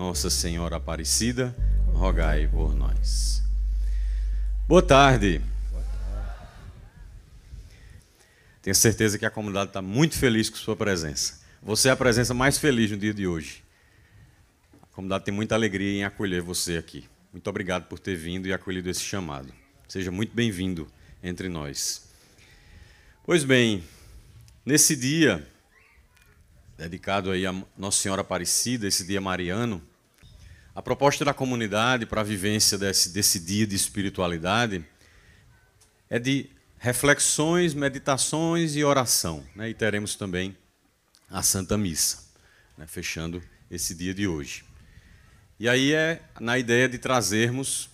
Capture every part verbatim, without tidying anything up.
Nossa Senhora Aparecida, rogai por nós. Boa tarde. Tenho certeza que a comunidade está muito feliz com sua presença. Você é a presença mais feliz no dia de hoje. A comunidade tem muita alegria em acolher você aqui. Muito obrigado por ter vindo e acolhido esse chamado. Seja muito bem-vindo entre nós. Pois bem, nesse dia, dedicado aí a Nossa Senhora Aparecida, esse dia mariano, a proposta da comunidade para a vivência desse, desse dia de espiritualidade é de reflexões, meditações e oração, né? E teremos também a Santa Missa, né? Fechando esse dia de hoje. E aí é na ideia de trazermos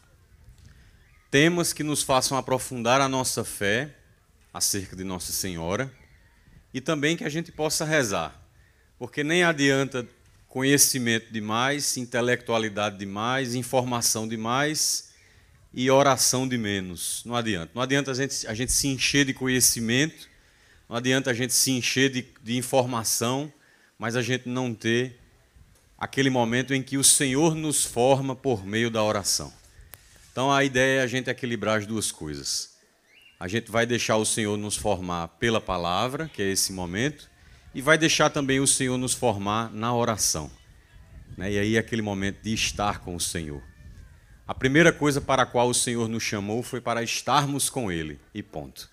temas que nos façam aprofundar a nossa fé acerca de Nossa Senhora e também que a gente possa rezar, porque nem adianta conhecimento demais, intelectualidade demais, informação demais e oração de menos. Não adianta. Não adianta a gente, a gente se encher de conhecimento, não adianta a gente se encher de, de informação, mas a gente não ter aquele momento em que o Senhor nos forma por meio da oração. Então a ideia é a gente equilibrar as duas coisas. A gente vai deixar o Senhor nos formar pela palavra, que é esse momento, e vai deixar também o Senhor nos formar na oração. E aí é aquele momento de estar com o Senhor. A primeira coisa para a qual o Senhor nos chamou foi para estarmos com Ele, e ponto.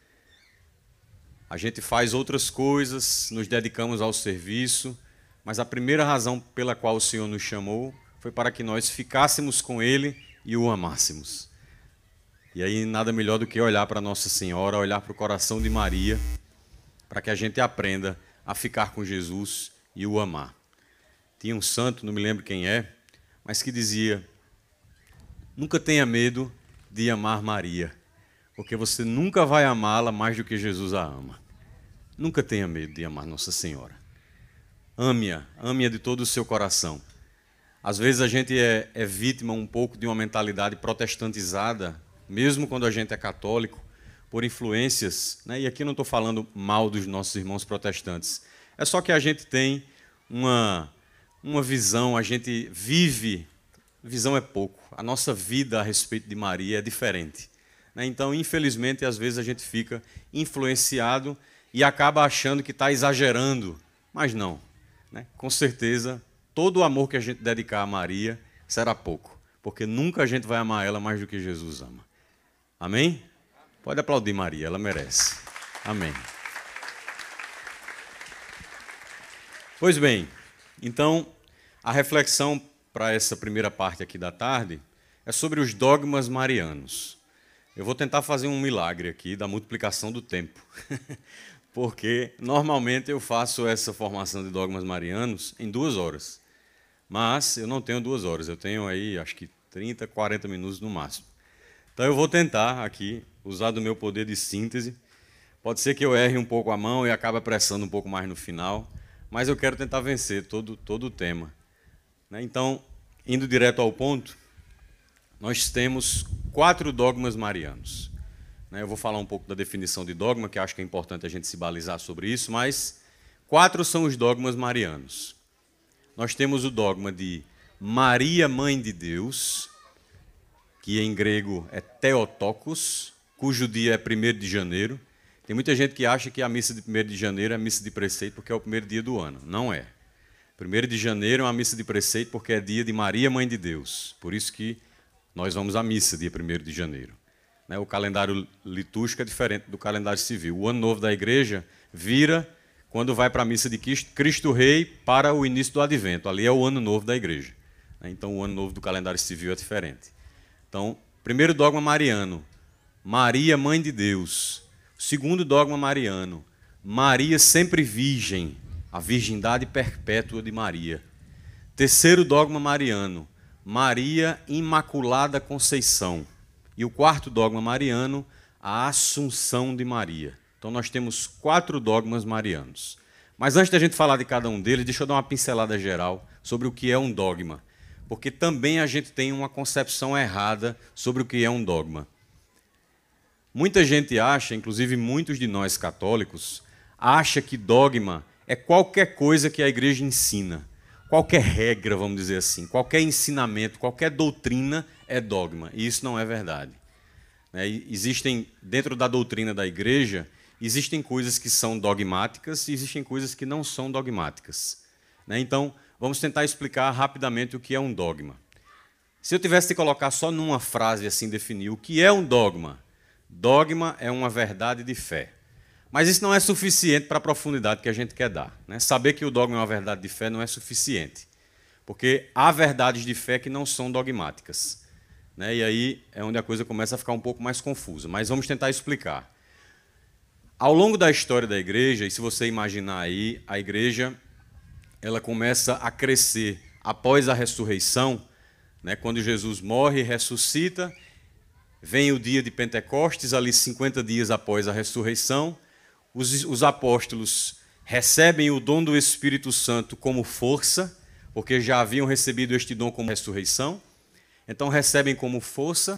A gente faz outras coisas, nos dedicamos ao serviço, mas a primeira razão pela qual o Senhor nos chamou foi para que nós ficássemos com Ele e o amássemos. E aí nada melhor do que olhar para Nossa Senhora, olhar para o coração de Maria, para que a gente aprenda a ficar com Jesus e o amar. Tinha um santo, não me lembro quem é, mas que dizia: nunca tenha medo de amar Maria, porque você nunca vai amá-la mais do que Jesus a ama. Nunca tenha medo de amar Nossa Senhora. Ame-a, ame-a de todo o seu coração. Às vezes a gente é, é vítima um pouco de uma mentalidade protestantizada, mesmo quando a gente é católico, por influências, né? E aqui não estou falando mal dos nossos irmãos protestantes, é só que a gente tem uma, uma visão, a gente vive, visão é pouco, a nossa vida a respeito de Maria é diferente, né? Então, infelizmente, às vezes a gente fica influenciado e acaba achando que está exagerando, mas não, né? Com certeza, todo o amor que a gente dedicar a Maria será pouco, porque nunca a gente vai amar ela mais do que Jesus ama. Amém? Pode aplaudir Maria, ela merece. Amém. Pois bem, então, a reflexão para essa primeira parte aqui da tarde é sobre os dogmas marianos. Eu vou tentar fazer um milagre aqui da multiplicação do tempo, porque normalmente eu faço essa formação de dogmas marianos em duas horas, mas eu não tenho duas horas, eu tenho aí acho que trinta, quarenta minutos no máximo. Então eu vou tentar aqui usar do meu poder de síntese. Pode ser que eu erre um pouco a mão e acabe apressando um pouco mais no final, mas eu quero tentar vencer todo, todo o tema. Então, indo direto ao ponto, nós temos quatro dogmas marianos. Eu vou falar um pouco da definição de dogma, que acho que é importante a gente se balizar sobre isso, mas quatro são os dogmas marianos. Nós temos o dogma de Maria, Mãe de Deus, que em grego é Theotokos, cujo dia é primeiro de janeiro. Tem muita gente que acha que a missa de primeiro de janeiro é a missa de preceito porque é o primeiro dia do ano. Não é. primeiro de janeiro é uma missa de preceito porque é dia de Maria, Mãe de Deus. Por isso que nós vamos à missa dia primeiro de janeiro. O calendário litúrgico é diferente do calendário civil. O ano novo da igreja vira quando vai para a missa de Cristo, Cristo Rei para o início do advento. Ali é o ano novo da igreja. Então o ano novo do calendário civil é diferente. Então, primeiro dogma mariano, Maria, Mãe de Deus. Segundo dogma mariano, Maria sempre virgem, a virgindade perpétua de Maria. Terceiro dogma mariano, Maria Imaculada Conceição. E o quarto dogma mariano, a Assunção de Maria. Então nós temos quatro dogmas marianos. Mas antes da gente falar de cada um deles, deixa eu dar uma pincelada geral sobre o que é um dogma. Porque também a gente tem uma concepção errada sobre o que é um dogma. Muita gente acha, inclusive muitos de nós católicos, acha que dogma é qualquer coisa que a igreja ensina. qualquer regra, vamos dizer assim, qualquer ensinamento, qualquer doutrina é dogma. E isso não é verdade. É, existem, dentro da doutrina da igreja, existem coisas que são dogmáticas e existem coisas que não são dogmáticas. Né? Então, vamos tentar explicar rapidamente o que é um dogma. Se eu tivesse que colocar só numa frase assim, definir o que é um dogma. Dogma é uma verdade de fé. Mas isso não é suficiente para a profundidade que a gente quer dar. Né? Saber que o dogma é uma verdade de fé não é suficiente. Porque há verdades de fé que não são dogmáticas. Né? E aí é onde a coisa começa a ficar um pouco mais confusa. Mas vamos tentar explicar. Ao longo da história da igreja, e se você imaginar aí, a igreja ela começa a crescer após a ressurreição, né? Quando Jesus morre e ressuscita, vem o dia de Pentecostes, ali cinquenta dias após a ressurreição, os, os apóstolos recebem o dom do Espírito Santo como força, porque já haviam recebido este dom como ressurreição, então recebem como força,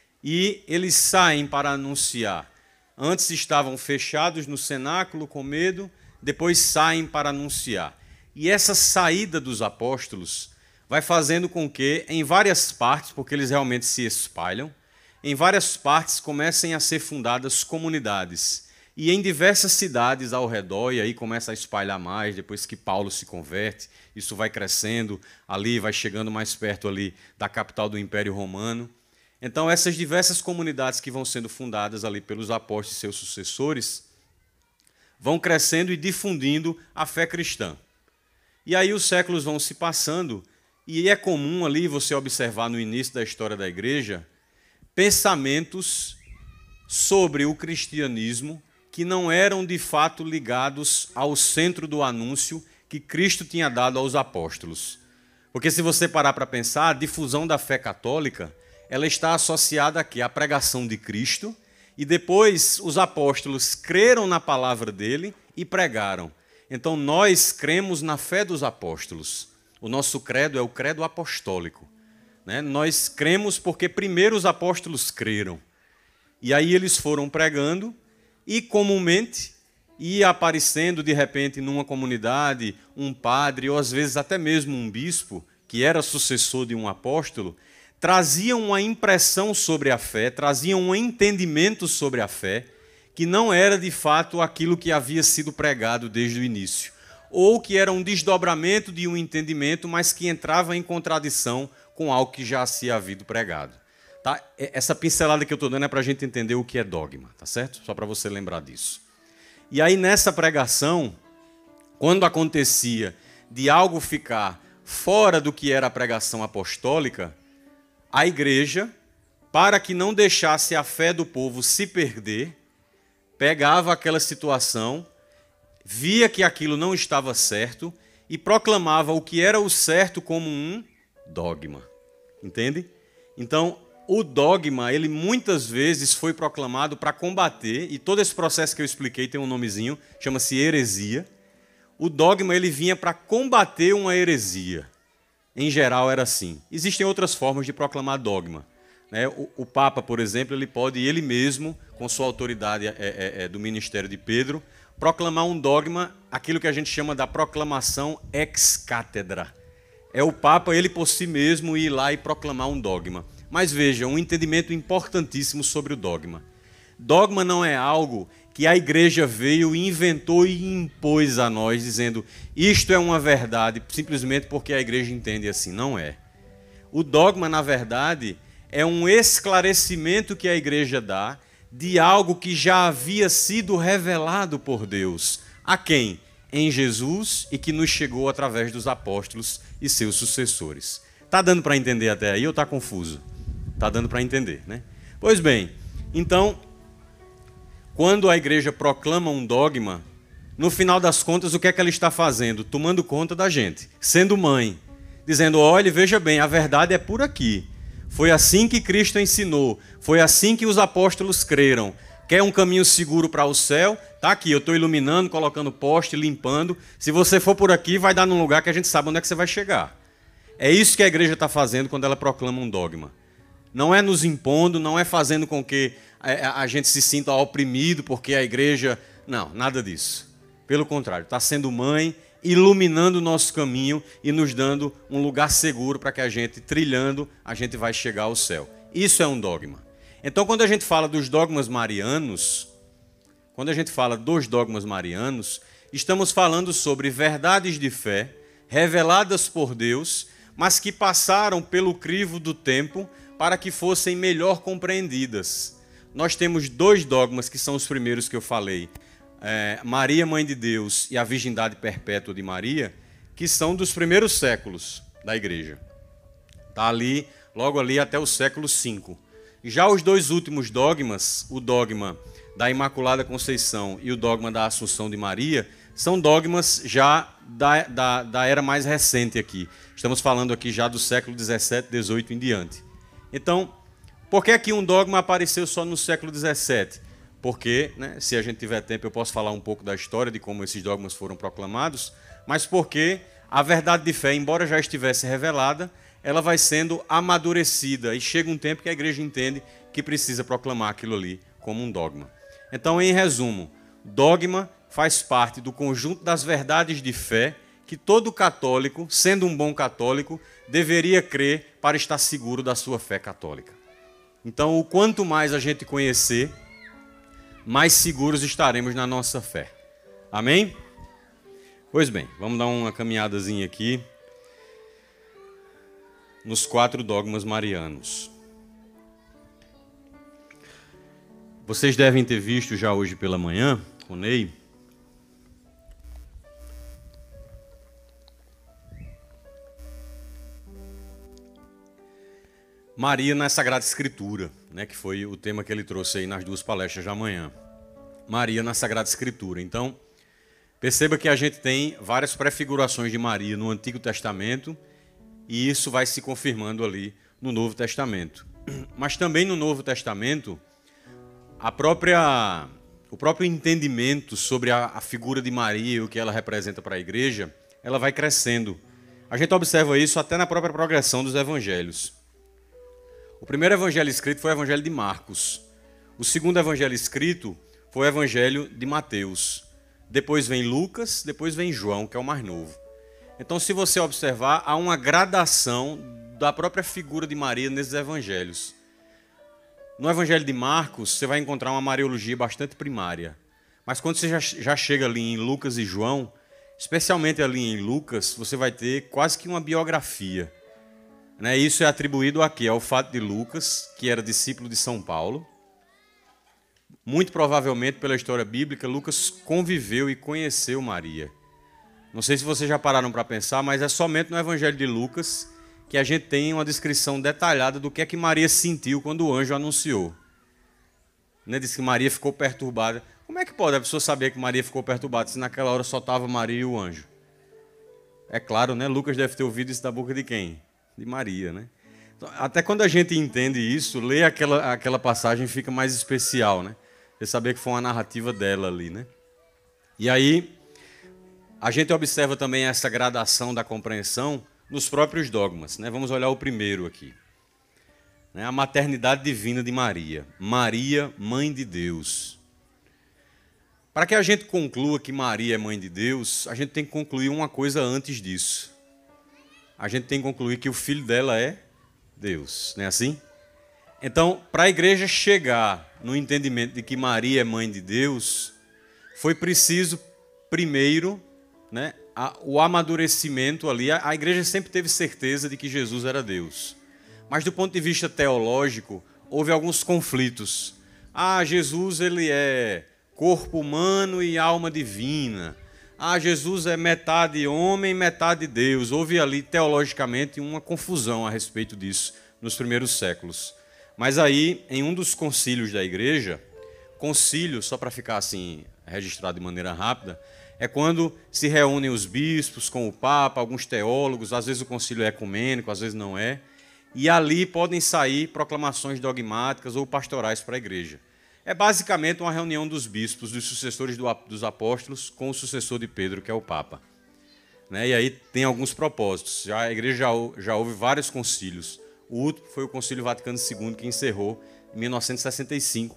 e eles saem para anunciar. Antes estavam fechados no cenáculo com medo, depois saem para anunciar. E essa saída dos apóstolos vai fazendo com que, em várias partes, porque eles realmente se espalham, em várias partes comecem a ser fundadas comunidades. E em diversas cidades ao redor, e aí começa a espalhar mais, depois que Paulo se converte, isso vai crescendo, ali vai chegando mais perto ali da capital do Império Romano. Então, essas diversas comunidades que vão sendo fundadas ali pelos apóstolos e seus sucessores, vão crescendo e difundindo a fé cristã. E aí os séculos vão se passando, e é comum ali você observar no início da história da igreja, pensamentos sobre o cristianismo que não eram de fato ligados ao centro do anúncio que Cristo tinha dado aos apóstolos. Porque se você parar para pensar, a difusão da fé católica, ela está associada aqui à pregação de Cristo, e depois os apóstolos creram na palavra dele e pregaram. Então nós cremos na fé dos apóstolos. O nosso credo é o credo apostólico. Né? Nós cremos porque primeiro os apóstolos creram. E aí eles foram pregando e comumente ia aparecendo de repente numa comunidade um padre ou às vezes até mesmo um bispo, que era sucessor de um apóstolo, traziam uma impressão sobre a fé, traziam um entendimento sobre a fé, que não era de fato aquilo que havia sido pregado desde o início, ou que era um desdobramento de um entendimento, mas que entrava em contradição com algo que já se havia pregado. Tá? Essa pincelada que eu estou dando é para a gente entender o que é dogma, tá certo? Só para você lembrar disso. E aí nessa pregação, quando acontecia de algo ficar fora do que era a pregação apostólica, a igreja, para que não deixasse a fé do povo se perder, pegava aquela situação, via que aquilo não estava certo e proclamava o que era o certo como um dogma. Entende? Então, o dogma, ele muitas vezes foi proclamado para combater, e todo esse processo que eu expliquei tem um nomezinho, chama-se heresia. O dogma, ele vinha para combater uma heresia. Em geral era assim. Existem outras formas de proclamar dogma. Né? O, o Papa, por exemplo, ele pode, ele mesmo, com sua autoridade é, é, é, do ministério de Pedro, proclamar um dogma, aquilo que a gente chama da proclamação ex cátedra. É o Papa, ele por si mesmo, ir lá e proclamar um dogma. Mas veja, um entendimento importantíssimo sobre o dogma. Dogma não é algo que a igreja veio e inventou e impôs a nós, dizendo isto é uma verdade, simplesmente porque a igreja entende assim. Não é. O dogma, na verdade, é um esclarecimento que a igreja dá de algo que já havia sido revelado por Deus. A quem? Em Jesus, e que nos chegou através dos apóstolos e seus sucessores. Está dando para entender até aí ou está confuso? Está dando para entender, né? Pois bem, então, quando a igreja proclama um dogma, no final das contas, o que é que ela está fazendo? Tomando conta da gente, sendo mãe, dizendo, olha, veja bem, a verdade é por aqui. Foi assim que Cristo ensinou, foi assim que os apóstolos creram. Quer um caminho seguro para o céu? Está aqui, eu estou iluminando, colocando poste, limpando. Se você for por aqui, vai dar num lugar que a gente sabe onde é que você vai chegar. É isso que a igreja está fazendo quando ela proclama um dogma. Não é nos impondo, não é fazendo com que a gente se sinta oprimido porque a igreja... Não, nada disso. Pelo contrário, está sendo mãe iluminando o nosso caminho e nos dando um lugar seguro para que a gente, trilhando, a gente vai chegar ao céu. Isso é um dogma. Então, quando a gente fala dos dogmas marianos, quando a gente fala dos dogmas marianos, estamos falando sobre verdades de fé reveladas por Deus, mas que passaram pelo crivo do tempo para que fossem melhor compreendidas. Nós temos dois dogmas que são os primeiros que eu falei. É, Maria, Mãe de Deus, e a Virgindade Perpétua de Maria, que são dos primeiros séculos da igreja. Está ali, logo ali até o século cinco. Já os dois últimos dogmas, o dogma da Imaculada Conceição e o dogma da Assunção de Maria, são dogmas já da, da, da era mais recente aqui. Estamos falando aqui já do século dezessete, dezoito em diante. Então, por que aqui um dogma apareceu só no século dezessete? Porque, né, se a gente tiver tempo, eu posso falar um pouco da história de como esses dogmas foram proclamados, mas porque a verdade de fé, embora já estivesse revelada, ela vai sendo amadurecida e chega um tempo que a igreja entende que precisa proclamar aquilo ali como um dogma. Então, em resumo, dogma faz parte do conjunto das verdades de fé que todo católico, sendo um bom católico, deveria crer para estar seguro da sua fé católica. Então, o quanto mais a gente conhecer, mais seguros estaremos na nossa fé. Amém? Pois bem, vamos dar uma caminhadazinha aqui nos quatro dogmas marianos. Vocês devem ter visto já hoje pela manhã, com o Ney, Maria na Sagrada Escritura, né, que foi o tema que ele trouxe aí nas duas palestras de amanhã. Maria na Sagrada Escritura. Então, perceba que a gente tem várias prefigurações de Maria no Antigo Testamento e isso vai se confirmando ali no Novo Testamento. Mas também no Novo Testamento, a própria, o próprio entendimento sobre a, a figura de Maria e o que ela representa para a igreja, ela vai crescendo. A gente observa isso até na própria progressão dos evangelhos. O primeiro evangelho escrito foi o evangelho de Marcos. O segundo evangelho escrito foi o evangelho de Mateus. Depois vem Lucas, depois vem João, que é o mais novo. Então, se você observar, há uma gradação da própria figura de Maria nesses evangelhos. No evangelho de Marcos, você vai encontrar uma mariologia bastante primária. Mas quando você já, já chega ali em Lucas e João, especialmente ali em Lucas, você vai ter quase que uma biografia. Isso é atribuído a quê? Ao fato de Lucas, que era discípulo de São Paulo. Muito provavelmente, pela história bíblica, Lucas conviveu e conheceu Maria. Não sei se vocês já pararam para pensar, mas é somente no Evangelho de Lucas que a gente tem uma descrição detalhada do que é que Maria sentiu quando o anjo anunciou. Né? Diz que Maria ficou perturbada. Como é que pode a pessoa saber que Maria ficou perturbada se naquela hora só estava Maria e o anjo? É claro, né? Lucas deve ter ouvido isso da boca de quem? De Maria, né? Então, até quando a gente entende isso, ler aquela, aquela passagem fica mais especial, né? Você saber que foi uma narrativa dela ali, né? E aí, a gente observa também essa gradação da compreensão nos próprios dogmas, né? Vamos olhar o primeiro aqui. Né? A maternidade divina de Maria. Maria, Mãe de Deus. Para que a gente conclua que Maria é Mãe de Deus, a gente tem que concluir uma coisa antes disso. A gente tem que concluir que o filho dela é Deus, não é assim? Então, para a igreja chegar no entendimento de que Maria é mãe de Deus, foi preciso, primeiro, né, a, o amadurecimento ali. A, a igreja sempre teve certeza de que Jesus era Deus. Mas do ponto de vista teológico, houve alguns conflitos. Ah, Jesus ele é corpo humano e alma divina. Ah, Jesus é metade homem, metade Deus. Houve ali, teologicamente, uma confusão a respeito disso nos primeiros séculos. Mas aí, em um dos concílios da igreja, concílio, só para ficar assim registrado de maneira rápida, é quando se reúnem os bispos com o Papa, alguns teólogos, às vezes o concílio é ecumênico, às vezes não é, e ali podem sair proclamações dogmáticas ou pastorais para a igreja. É basicamente uma reunião dos bispos, dos sucessores do, dos apóstolos, com o sucessor de Pedro, que é o Papa. Né? E aí tem alguns propósitos. Já, a igreja já, já houve vários concílios. O último foi o Concílio Vaticano segundo, que encerrou em mil novecentos e sessenta e cinco, que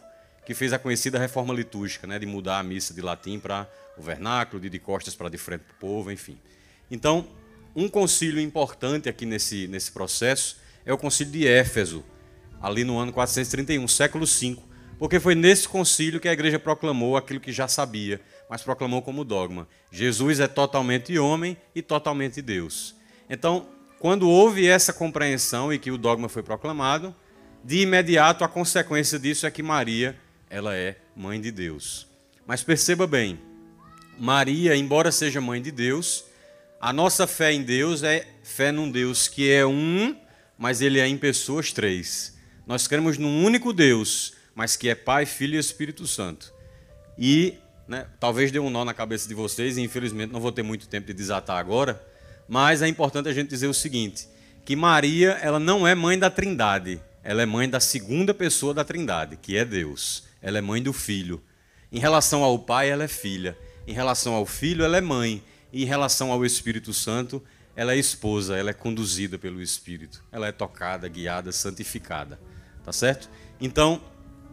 que fez a conhecida reforma litúrgica, né, de mudar a missa de latim para o vernáculo, de de costas para de frente para o povo, enfim. Então, um concílio importante aqui nesse, nesse processo é o concílio de Éfeso, ali no ano quatrocentos e trinta e um, século cinco, porque foi nesse concílio que a igreja proclamou aquilo que já sabia, mas proclamou como dogma. Jesus é totalmente homem e totalmente Deus. Então, quando houve essa compreensão e que o dogma foi proclamado, de imediato a consequência disso é que Maria, ela é mãe de Deus. Mas perceba bem, Maria, embora seja mãe de Deus, a nossa fé em Deus é fé num Deus que é um, mas ele é em pessoas três. Nós cremos num único Deus, mas que é Pai, Filho e Espírito Santo. E, né, talvez dê um nó na cabeça de vocês, e infelizmente não vou ter muito tempo de desatar agora, mas é importante a gente dizer o seguinte, que Maria, ela não é mãe da Trindade, ela é mãe da segunda pessoa da Trindade, que é Deus. Ela é mãe do Filho. Em relação ao Pai, ela é filha. Em relação ao Filho, ela é mãe. E em relação ao Espírito Santo, ela é esposa, ela é conduzida pelo Espírito. Ela é tocada, guiada, santificada. Tá certo? Então,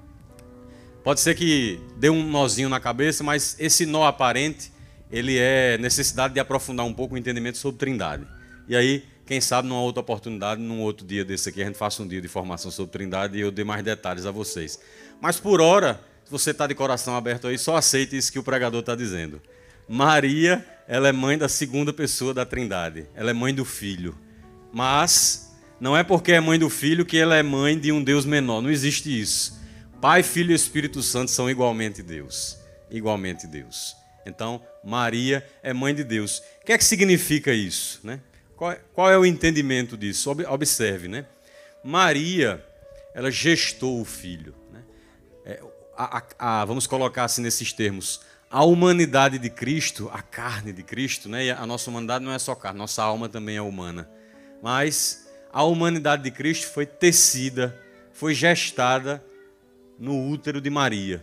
pode ser que dê um nozinho na cabeça, mas esse nó aparente, ele é necessidade de aprofundar um pouco o entendimento sobre Trindade. E aí, quem sabe, numa outra oportunidade, num outro dia desse aqui, a gente faça um dia de formação sobre Trindade e eu dê mais detalhes a vocês. Mas, por hora, se você está de coração aberto aí, só aceite isso que o pregador está dizendo. Maria, ela é mãe da segunda pessoa da Trindade. Ela é mãe do Filho. Mas não é porque é mãe do Filho que ela é mãe de um Deus menor. Não existe isso. Pai, Filho e Espírito Santo são igualmente Deus. Igualmente Deus. Então, Maria é mãe de Deus. O que é que significa isso, né? Qual é, qual é o entendimento disso? Observe, né? Maria, ela gestou o Filho. Né? É, a, a, a, vamos colocar assim nesses termos. A humanidade de Cristo, a carne de Cristo, né? E a nossa humanidade não é só carne, nossa alma também é humana. Mas a humanidade de Cristo foi tecida, foi gestada no útero de Maria.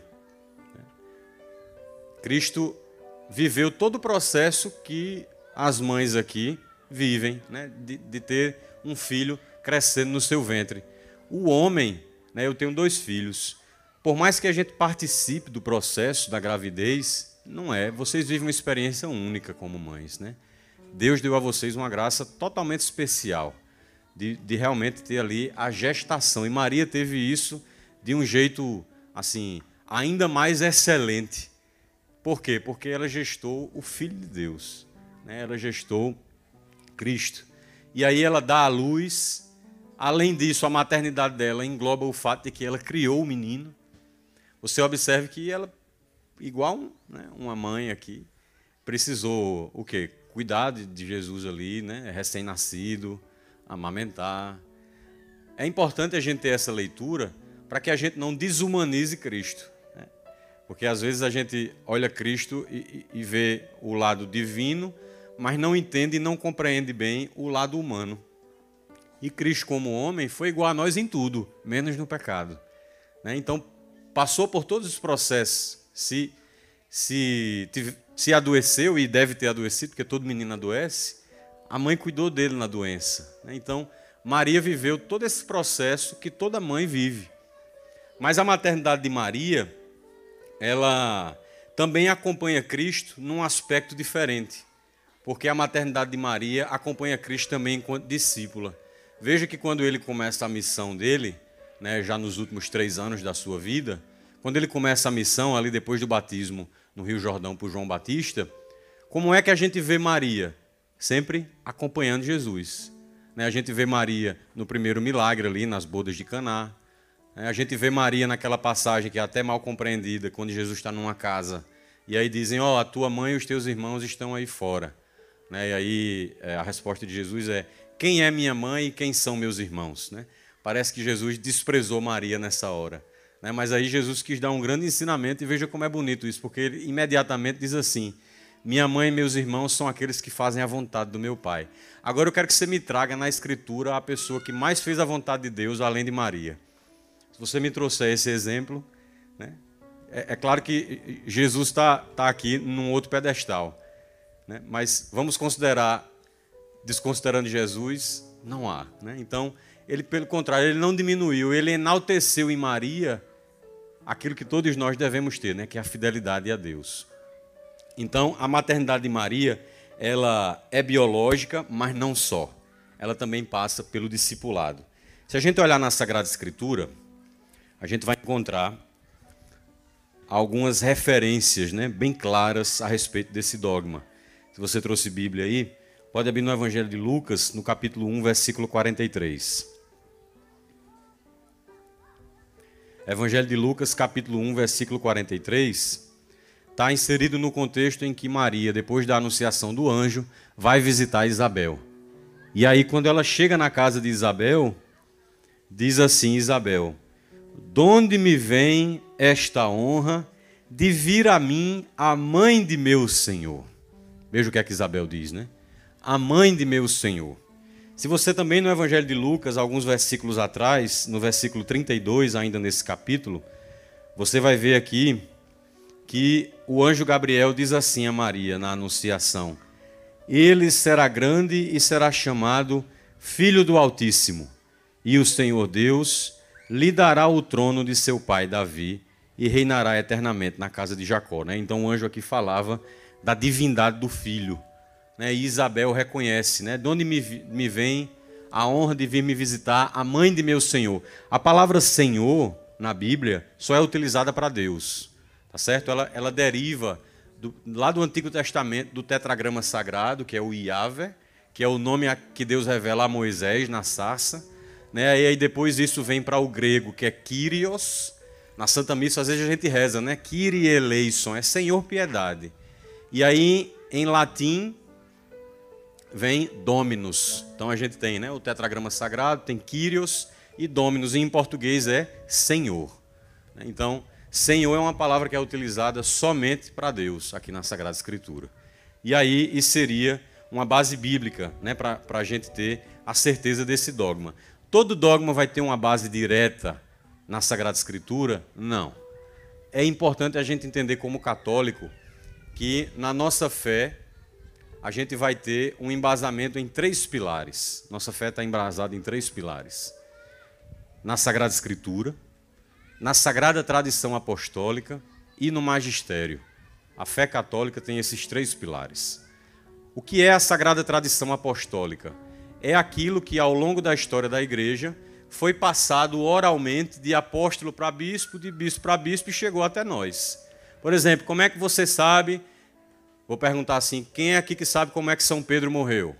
Cristo viveu todo o processo que as mães aqui vivem, né, de, de ter um filho crescendo no seu ventre. O homem, né, eu tenho dois filhos, por mais que a gente participe do processo da gravidez, não é, vocês vivem uma experiência única como mães, né? Deus deu a vocês uma graça totalmente especial, de, de realmente ter ali a gestação, e Maria teve isso de um jeito, assim, ainda mais excelente. Por quê? Porque ela gestou o Filho de Deus, né? Ela gestou Cristo. E aí ela dá à luz, além disso, a maternidade dela engloba o fato de que ela criou o menino. Você observe que ela, igual, né, uma mãe aqui, precisou o quê? Cuidar de Jesus ali, né, recém-nascido, amamentar. É importante a gente ter essa leitura para que a gente não desumanize Cristo. Né? Porque às vezes a gente olha Cristo e, e, e vê o lado divino, mas não entende e não compreende bem o lado humano. E Cristo, como homem, foi igual a nós em tudo, menos no pecado. Né? Então, passou por todos os processos. Se, se, se adoeceu, e deve ter adoecido, porque todo menino adoece, a mãe cuidou dele na doença. Né? Então, Maria viveu todo esse processo que toda mãe vive. Mas a maternidade de Maria, ela também acompanha Cristo num aspecto diferente. Porque a maternidade de Maria acompanha Cristo também enquanto discípula. Veja que quando ele começa a missão dele, né, já nos últimos três anos da sua vida, quando ele começa a missão, ali depois do batismo no Rio Jordão por João Batista, como é que a gente vê Maria? Sempre acompanhando Jesus. Né, a gente vê Maria no primeiro milagre ali, nas bodas de Caná. Né, a gente vê Maria naquela passagem que é até mal compreendida, quando Jesus está numa casa. E aí dizem, ó, oh, a tua mãe e os teus irmãos estão aí fora. Né? E aí a resposta de Jesus é, quem é minha mãe e quem são meus irmãos? Né? Parece que Jesus desprezou Maria nessa hora. Né? Mas aí Jesus quis dar um grande ensinamento e veja como é bonito isso, porque ele imediatamente diz assim, minha mãe e meus irmãos são aqueles que fazem a vontade do meu Pai. Agora eu quero que você me traga na Escritura a pessoa que mais fez a vontade de Deus, além de Maria. Se você me trouxer esse exemplo, né? é, é claro que Jesus está tá aqui num outro pedestal. Né? Mas vamos considerar, desconsiderando Jesus, não há. Né? Então, ele, pelo contrário, ele não diminuiu, ele enalteceu em Maria aquilo que todos nós devemos ter, né? Que é a fidelidade a Deus. Então, a maternidade de Maria, ela é biológica, mas não só. Ela também passa pelo discipulado. Se a gente olhar na Sagrada Escritura, a gente vai encontrar algumas referências, né, bem claras a respeito desse dogma. Se você trouxe Bíblia aí, pode abrir no Evangelho de Lucas, no capítulo um, versículo quarenta e três. Evangelho de Lucas, capítulo um, versículo quarenta e três, está inserido no contexto em que Maria, depois da anunciação do anjo, vai visitar Isabel. E aí, quando ela chega na casa de Isabel, diz assim Isabel: "Donde me vem esta honra de vir a mim a mãe de meu Senhor?" Veja o que é que Isabel diz, né? A mãe de meu Senhor. Se você também no Evangelho de Lucas, alguns versículos atrás, no versículo trinta e dois, ainda nesse capítulo, você vai ver aqui que o anjo Gabriel diz assim a Maria na Anunciação: "Ele será grande e será chamado Filho do Altíssimo, e o Senhor Deus lhe dará o trono de seu pai Davi e reinará eternamente na casa de Jacó." Né? Então o anjo aqui falava da divindade do filho. Né? E Isabel reconhece, né? "De onde me, me vem a honra de vir me visitar a mãe de meu Senhor?" A palavra Senhor, na Bíblia, só é utilizada para Deus. Tá certo? Ela, ela deriva do, lá do Antigo Testamento, do tetragrama sagrado, que é o Yahvé, que é o nome que Deus revela a Moisés na sarça. Né? E aí depois isso vem para o grego, que é Kyrios. Na Santa Missa, às vezes a gente reza, né? Kyrie eleison, é Senhor piedade. E aí, em latim, vem Dominus. Então a gente tem, né, o tetragrama sagrado, tem Kyrios e Dominus. E em português é Senhor. Então, Senhor é uma palavra que é utilizada somente para Deus, aqui na Sagrada Escritura. E aí, isso seria uma base bíblica, né, para a gente ter a certeza desse dogma. Todo dogma vai ter uma base direta na Sagrada Escritura? Não. É importante a gente entender como católico que na nossa fé a gente vai ter um embasamento em três pilares. Nossa fé está embasada em três pilares. Na Sagrada Escritura, na Sagrada Tradição Apostólica e no Magistério. A fé católica tem esses três pilares. O que é a Sagrada Tradição Apostólica? É aquilo que ao longo da história da Igreja foi passado oralmente de apóstolo para bispo, de bispo para bispo e chegou até nós. Por exemplo, como é que você sabe, vou perguntar assim, quem é aqui que sabe como é que São Pedro morreu?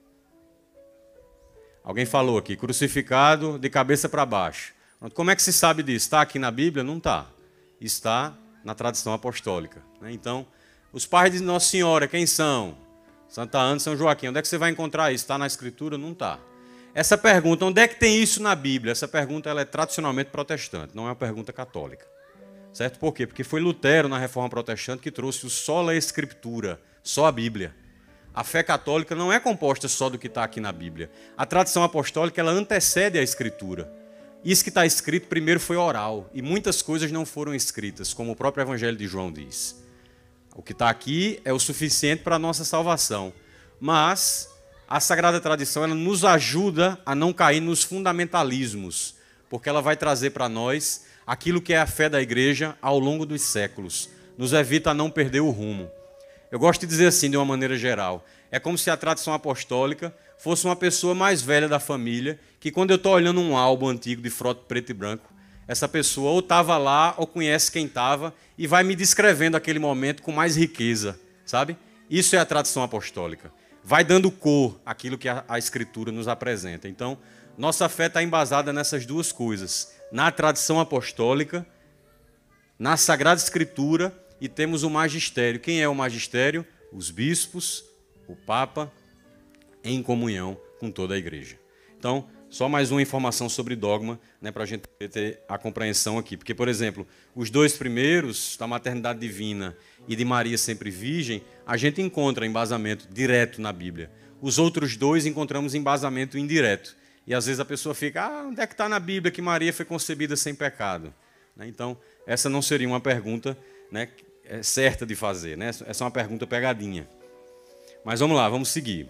Alguém falou aqui, crucificado de cabeça para baixo. Como é que se sabe disso? Está aqui na Bíblia? Não está. Está na tradição apostólica. Então, os pais de Nossa Senhora, quem são? Santa Ana e São Joaquim. Onde é que você vai encontrar isso? Está na Escritura? Não está. Essa pergunta, onde é que tem isso na Bíblia? Essa pergunta ela é tradicionalmente protestante, não é uma pergunta católica. Certo? Por quê? Porque foi Lutero, na Reforma Protestante, que trouxe o sola escritura, só a Bíblia. A fé católica não é composta só do que está aqui na Bíblia. A tradição apostólica ela antecede a Escritura. Isso que está escrito primeiro foi oral, e muitas coisas não foram escritas, como o próprio Evangelho de João diz. O que está aqui é o suficiente para a nossa salvação. Mas a Sagrada Tradição ela nos ajuda a não cair nos fundamentalismos, porque ela vai trazer para nós aquilo que é a fé da igreja ao longo dos séculos. Nos evita a não perder o rumo. Eu gosto de dizer assim, de uma maneira geral. É como se a tradição apostólica fosse uma pessoa mais velha da família, que quando eu estou olhando um álbum antigo de foto preto e branco, essa pessoa ou estava lá ou conhece quem estava e vai me descrevendo aquele momento com mais riqueza, sabe? Isso é a tradição apostólica. Vai dando cor àquilo que a, a Escritura nos apresenta. Então, nossa fé está embasada nessas duas coisas. Na tradição apostólica, na Sagrada Escritura e temos o magistério. Quem é o magistério? Os bispos, o Papa, em comunhão com toda a igreja. Então, só mais uma informação sobre dogma, né, para a gente ter a compreensão aqui. Porque, por exemplo, os dois primeiros, da maternidade divina e de Maria sempre virgem, a gente encontra embasamento direto na Bíblia. Os outros dois encontramos embasamento indireto. E às vezes a pessoa fica, ah, onde é que está na Bíblia que Maria foi concebida sem pecado? Então, essa não seria uma pergunta, né, certa de fazer, né? Essa é uma pergunta pegadinha. Mas vamos lá, vamos seguir.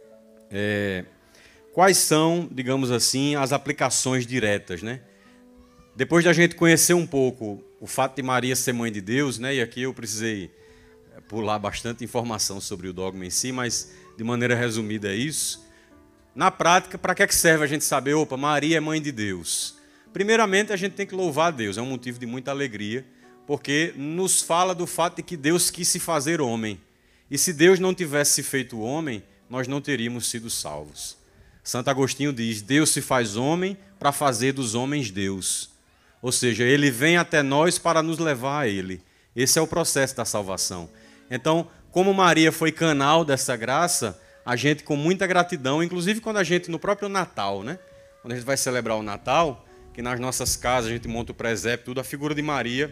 É, quais são, digamos assim, as aplicações diretas, né? Depois de a gente conhecer um pouco o fato de Maria ser mãe de Deus, né? E aqui eu precisei pular bastante informação sobre o dogma em si, mas de maneira resumida é isso. Na prática, para que é que serve a gente saber, opa, Maria é mãe de Deus? Primeiramente, a gente tem que louvar a Deus, é um motivo de muita alegria, porque nos fala do fato de que Deus quis se fazer homem. E se Deus não tivesse se feito homem, nós não teríamos sido salvos. Santo Agostinho diz, Deus se faz homem para fazer dos homens Deus. Ou seja, Ele vem até nós para nos levar a Ele. Esse é o processo da salvação. Então, como Maria foi canal dessa graça, a gente com muita gratidão, inclusive quando a gente, no próprio Natal, né? Quando a gente vai celebrar o Natal, que nas nossas casas a gente monta o presépio, tudo, a figura de Maria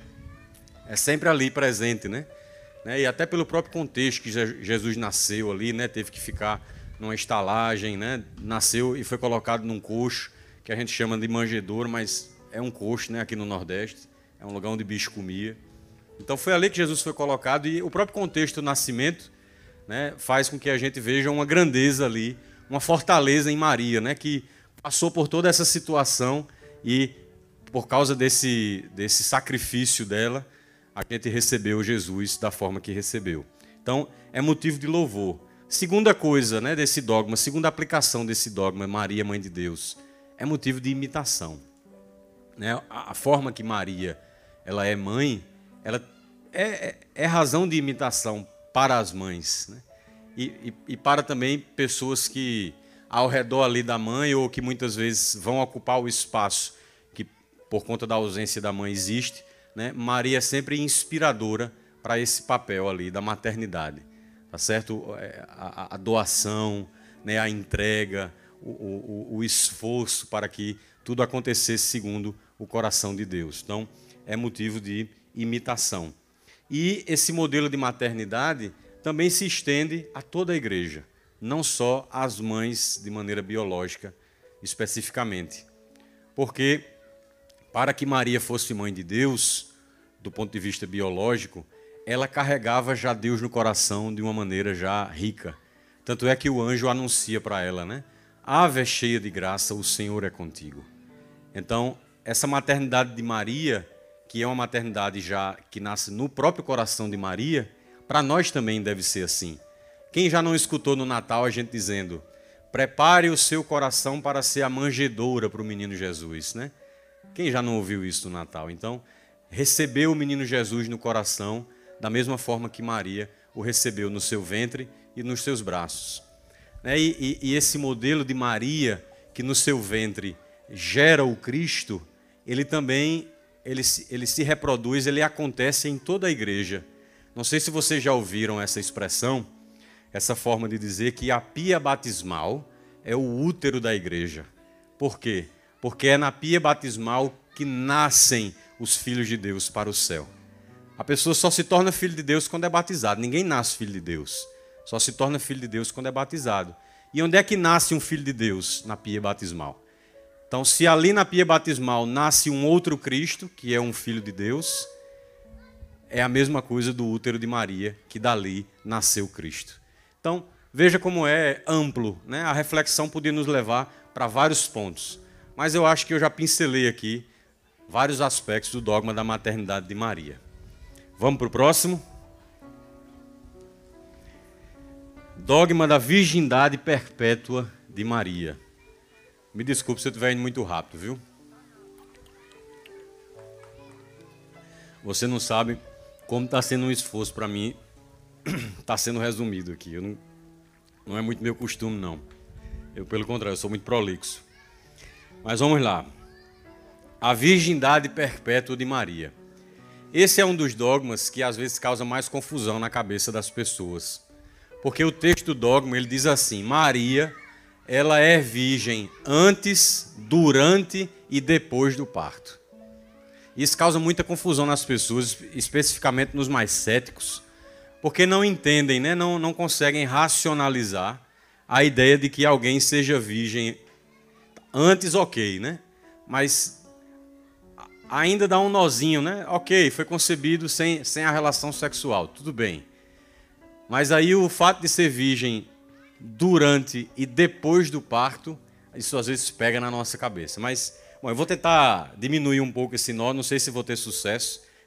é sempre ali presente, né? E até pelo próprio contexto que Jesus nasceu ali, né? Teve que ficar numa estalagem, né? Nasceu e foi colocado num coxo, que a gente chama de manjedouro, mas é um coxo, né? Aqui no Nordeste, é um lugar onde bicho comia. Então foi ali que Jesus foi colocado e o próprio contexto do nascimento, né, faz com que a gente veja uma grandeza ali, uma fortaleza em Maria, né, que passou por toda essa situação e por causa desse, desse sacrifício dela, a gente recebeu Jesus da forma que recebeu. Então é motivo de louvor. Segunda coisa, né, desse dogma, segunda aplicação desse dogma, Maria, mãe de Deus, é motivo de imitação. Né? A, a forma que Maria ela é mãe, ela é, é, é razão de imitação para as mães, né? e, e, e para também pessoas que ao redor ali da mãe ou que muitas vezes vão ocupar o espaço que por conta da ausência da mãe existe, né? Maria é sempre inspiradora para esse papel ali da maternidade, tá certo? A, a doação, né? A entrega, o, o, o esforço para que tudo acontecesse segundo o coração de Deus. Então, é motivo de imitação. E esse modelo de maternidade também se estende a toda a igreja, não só às mães de maneira biológica, especificamente. Porque, para que Maria fosse mãe de Deus, do ponto de vista biológico, ela carregava já Deus no coração de uma maneira já rica. Tanto é que o anjo anuncia para ela, né? Ave cheia de graça, o Senhor é contigo. Então, essa maternidade de Maria, que é uma maternidade já que nasce no próprio coração de Maria, para nós também deve ser assim. Quem já não escutou no Natal a gente dizendo, prepare o seu coração para ser a manjedoura para o menino Jesus, né? Quem já não ouviu isso no Natal? Então, receber o menino Jesus no coração da mesma forma que Maria o recebeu no seu ventre e nos seus braços. E, e, e esse modelo de Maria, que no seu ventre gera o Cristo, ele também ele, ele se reproduz, ele acontece em toda a igreja. Não sei se vocês já ouviram essa expressão, essa forma de dizer que a pia batismal é o útero da igreja. Por quê? Porque é na pia batismal que nascem os filhos de Deus para o céu. A pessoa só se torna filho de Deus quando é batizado. Ninguém nasce filho de Deus. Só se torna filho de Deus quando é batizado. E onde é que nasce um filho de Deus? Na pia batismal. Então, se ali na pia batismal nasce um outro Cristo, que é um filho de Deus, é a mesma coisa do útero de Maria, que dali nasceu Cristo. Então, veja como é amplo, né? A reflexão podia nos levar para vários pontos. Mas eu acho que eu já pincelei aqui vários aspectos do dogma da maternidade de Maria. Vamos para o próximo? Dogma da virgindade perpétua de Maria. Me desculpe se eu estiver indo muito rápido, viu? Você não sabe como está sendo um esforço para mim. Está sendo resumido aqui. Eu não, não é muito meu costume, não. Eu, pelo contrário, eu sou muito prolixo. Mas vamos lá. A virgindade perpétua de Maria. Esse é um dos dogmas que às vezes causa mais confusão na cabeça das pessoas. Porque o texto do dogma ele diz assim: Maria, ela é virgem antes, durante e depois do parto. Isso causa muita confusão nas pessoas, especificamente nos mais céticos, porque não entendem, né? não, não conseguem racionalizar a ideia de que alguém seja virgem antes, ok, né? Mas ainda dá um nozinho, né? Ok, foi concebido sem, sem a relação sexual, tudo bem. Mas aí o fato de ser virgem durante e depois do parto, isso às vezes pega na nossa cabeça. Mas, bom, eu vou tentar diminuir um pouco esse nó, não sei se vou ter sucesso,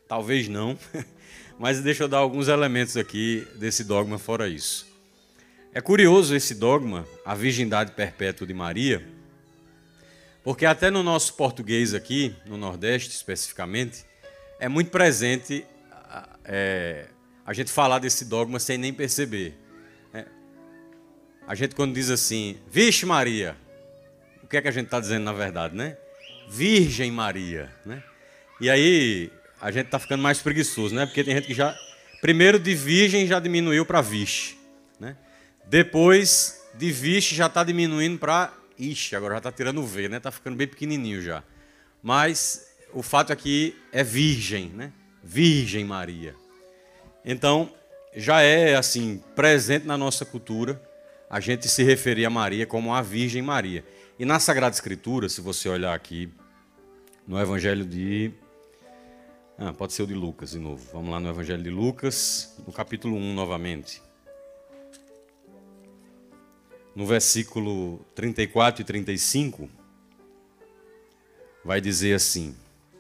talvez não, mas deixa eu dar alguns elementos aqui desse dogma fora isso. É curioso esse dogma, a virgindade perpétua de Maria, porque até no nosso português aqui, no Nordeste especificamente, é muito presente é, a gente falar desse dogma sem nem perceber. É, a gente quando diz assim, vixe Maria, o que é que a gente está dizendo na verdade, né? Virgem Maria, né? E aí a gente está ficando mais preguiçoso, né? Porque tem gente que já, primeiro de virgem já diminuiu para vixe, né? Depois de vixe já está diminuindo para ixi, agora já está tirando o V, né? Está ficando bem pequenininho já. Mas o fato é que é virgem, né? Virgem Maria. Então, já é assim, presente na nossa cultura, a gente se referir a Maria como a Virgem Maria. E na Sagrada Escritura, se você olhar aqui no Evangelho de... Ah, pode ser o de Lucas de novo. Vamos lá no Evangelho de Lucas, no capítulo um novamente. No versículo trinta e quatro e trinta e cinco, vai dizer assim: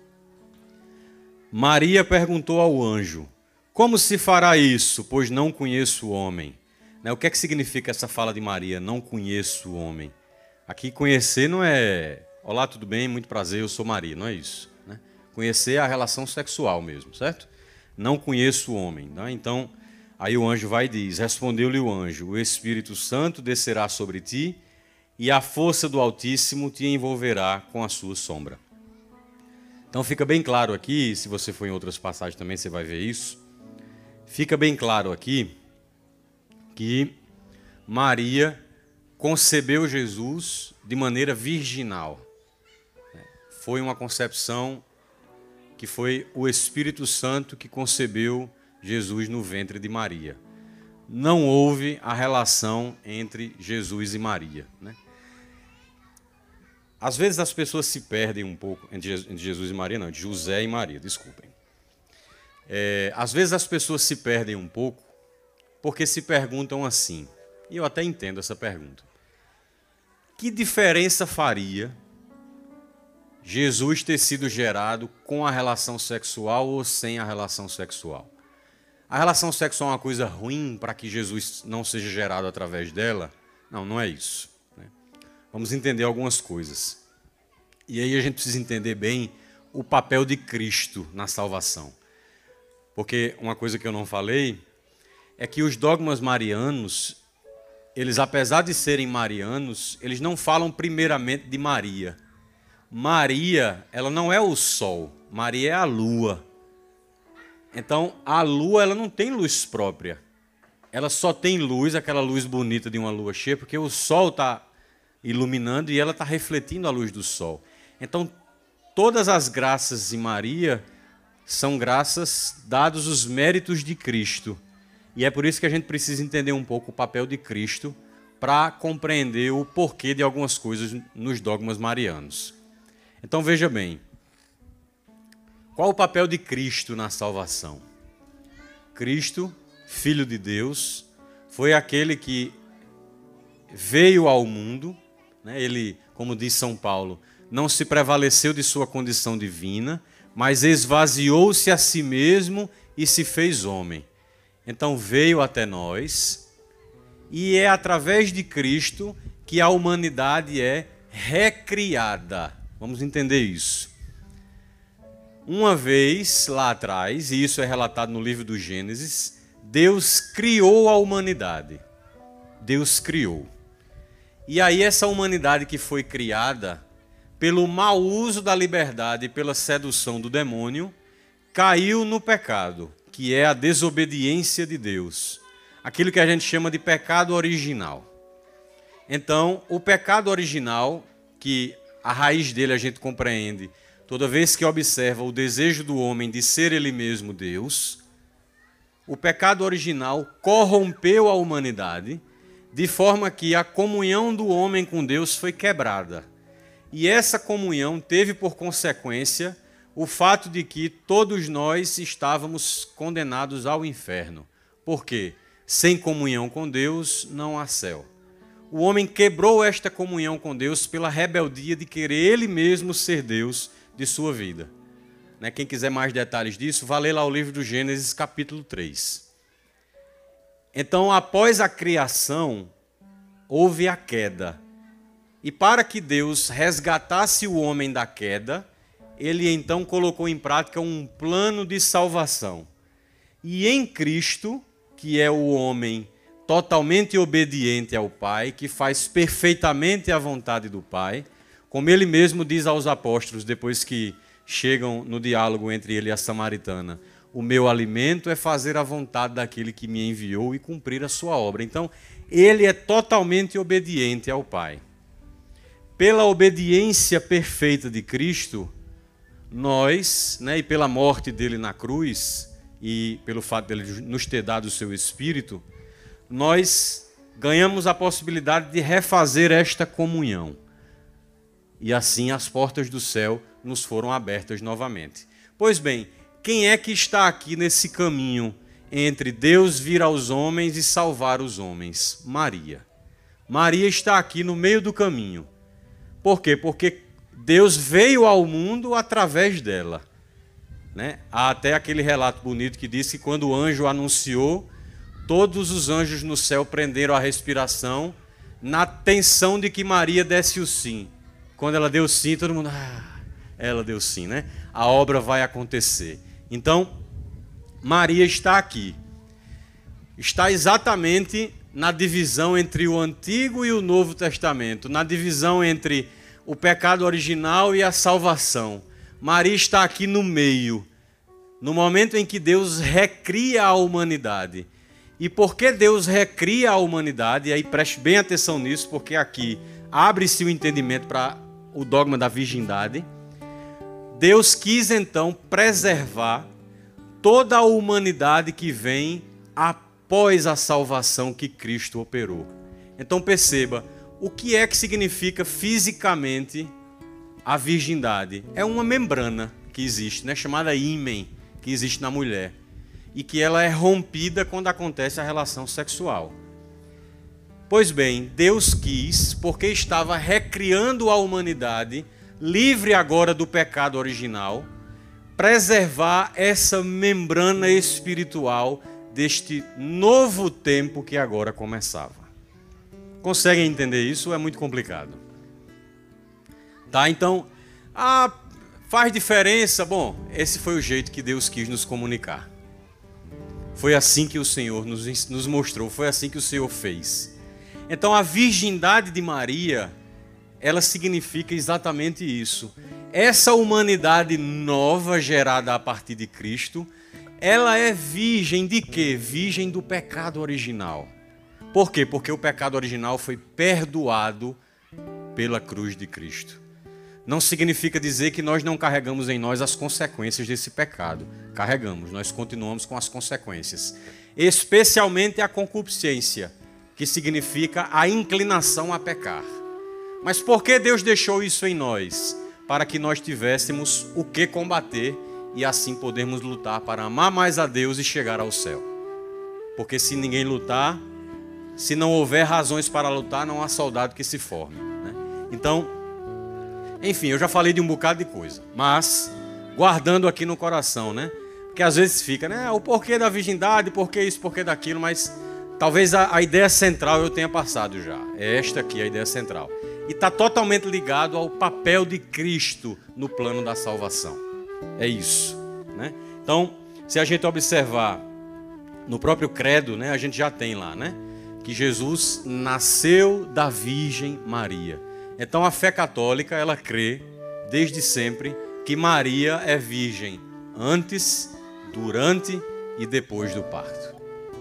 Maria perguntou ao anjo, como se fará isso, pois não conheço o homem? O que é que significa essa fala de Maria, não conheço o homem? Aqui conhecer não é, olá, tudo bem, muito prazer, eu sou Maria, não é isso. Né? Conhecer é a relação sexual mesmo, certo? Não conheço o homem. Né? Então, aí o anjo vai e diz, respondeu-lhe o anjo, o Espírito Santo descerá sobre ti e a força do Altíssimo te envolverá com a sua sombra. Então fica bem claro aqui, se você for em outras passagens também você vai ver isso, fica bem claro aqui que Maria concebeu Jesus de maneira virginal. Foi uma concepção que foi o Espírito Santo que concebeu Jesus no ventre de Maria. Não houve a relação entre Jesus e Maria. Né? Às vezes as pessoas se perdem um pouco, entre Jesus e Maria, não, de José e Maria, desculpem. É, às vezes as pessoas se perdem um pouco porque se perguntam assim, e eu até entendo essa pergunta. Que diferença faria Jesus ter sido gerado com a relação sexual ou sem a relação sexual? A relação sexual é uma coisa ruim para que Jesus não seja gerado através dela? Não, não é isso. Né? Vamos entender algumas coisas. E aí a gente precisa entender bem o papel de Cristo na salvação. Porque uma coisa que eu não falei é que os dogmas marianos, eles, apesar de serem marianos, eles não falam primeiramente de Maria. Maria, ela não é o sol, Maria é a lua. Então, a lua, ela não tem luz própria. Ela só tem luz, aquela luz bonita de uma lua cheia, porque o sol está iluminando e ela está refletindo a luz do sol. Então, todas as graças de Maria são graças dados os méritos de Cristo. E é por isso que a gente precisa entender um pouco o papel de Cristo para compreender o porquê de algumas coisas nos dogmas marianos. Então veja bem, qual o papel de Cristo na salvação? Cristo, Filho de Deus, foi aquele que veio ao mundo, né? Ele, como diz São Paulo, não se prevaleceu de sua condição divina, mas esvaziou-se a si mesmo e se fez homem. Então veio até nós, e é através de Cristo que a humanidade é recriada. Vamos entender isso. Uma vez lá atrás, e isso é relatado no livro do Gênesis, Deus criou a humanidade. Deus criou. E aí essa humanidade que foi criada, pelo mau uso da liberdade e pela sedução do demônio, caiu no pecado, que é a desobediência de Deus. Aquilo que a gente chama de pecado original. Então, o pecado original, que a raiz dele a gente compreende toda vez que observa o desejo do homem de ser ele mesmo Deus, o pecado original corrompeu a humanidade, de forma que a comunhão do homem com Deus foi quebrada. E essa comunhão teve por consequência o fato de que todos nós estávamos condenados ao inferno. Por quê? Sem comunhão com Deus não há céu. O homem quebrou esta comunhão com Deus pela rebeldia de querer ele mesmo ser Deus de sua vida. né, quem quiser mais detalhes disso, vá ler lá o livro do Gênesis, capítulo três. Então, após a criação, houve a queda. E para que Deus resgatasse o homem da queda, ele então colocou em prática um plano de salvação. E em Cristo, que é o homem totalmente obediente ao Pai, que faz perfeitamente a vontade do Pai, como ele mesmo diz aos apóstolos, depois que chegam no diálogo entre ele e a samaritana: o meu alimento é fazer a vontade daquele que me enviou e cumprir a sua obra. Então, ele é totalmente obediente ao Pai. Pela obediência perfeita de Cristo, nós, né, e pela morte dele na cruz, e pelo fato dele nos ter dado o seu Espírito, nós ganhamos a possibilidade de refazer esta comunhão. E assim as portas do céu nos foram abertas novamente. Pois bem, quem é que está aqui nesse caminho entre Deus vir aos homens e salvar os homens? Maria. Maria está aqui no meio do caminho. Por quê? Porque Deus veio ao mundo através dela. Né? Há até aquele relato bonito que diz que quando o anjo anunciou, todos os anjos no céu prenderam a respiração na tensão de que Maria desse o sim. Quando ela deu sim, todo mundo... Ah, ela deu sim, né? A obra vai acontecer. Então, Maria está aqui. Está exatamente na divisão entre o Antigo e o Novo Testamento, na divisão entre o pecado original e a salvação. Maria está aqui no meio, no momento em que Deus recria a humanidade. E por que Deus recria a humanidade? E aí preste bem atenção nisso, porque aqui abre-se o entendimento para o dogma da virgindade. Deus quis então preservar toda a humanidade que vem após a salvação que Cristo operou. Então perceba, o que é que significa fisicamente a virgindade? É uma membrana que existe, né, chamada ímen, que existe na mulher, e que ela é rompida quando acontece a relação sexual. Pois bem, Deus quis, porque estava recriando a humanidade, livre agora do pecado original, preservar essa membrana espiritual deste novo tempo que agora começava. Conseguem entender isso ou é muito complicado? Tá, então, ah, faz diferença? Bom, esse foi o jeito que Deus quis nos comunicar. Foi assim que o Senhor nos, nos mostrou, foi assim que o Senhor fez. Então, a virgindade de Maria, ela significa exatamente isso. Essa humanidade nova, gerada a partir de Cristo, ela é virgem de quê? Virgem do pecado original. Por quê? Porque o pecado original foi perdoado pela cruz de Cristo. Não significa dizer que nós não carregamos em nós as consequências desse pecado. Carregamos, nós continuamos com as consequências. Especialmente a concupiscência, que significa a inclinação a pecar. Mas por que Deus deixou isso em nós? Para que nós tivéssemos o que combater e assim podermos lutar para amar mais a Deus e chegar ao céu. Porque se ninguém lutar, se não houver razões para lutar, não há soldado que se forme. Né? Então, enfim, eu já falei de um bocado de coisa, mas guardando aqui no coração, né? Porque às vezes fica, né? O porquê da virgindade, porquê isso, porquê daquilo, mas talvez a, a ideia central eu tenha passado já. É esta aqui a ideia central. E está totalmente ligado ao papel de Cristo no plano da salvação. É isso. Né? Então, se a gente observar no próprio credo, né, a gente já tem lá, né, que Jesus nasceu da Virgem Maria. Então, a fé católica, ela crê, desde sempre, que Maria é virgem antes, durante e depois do parto.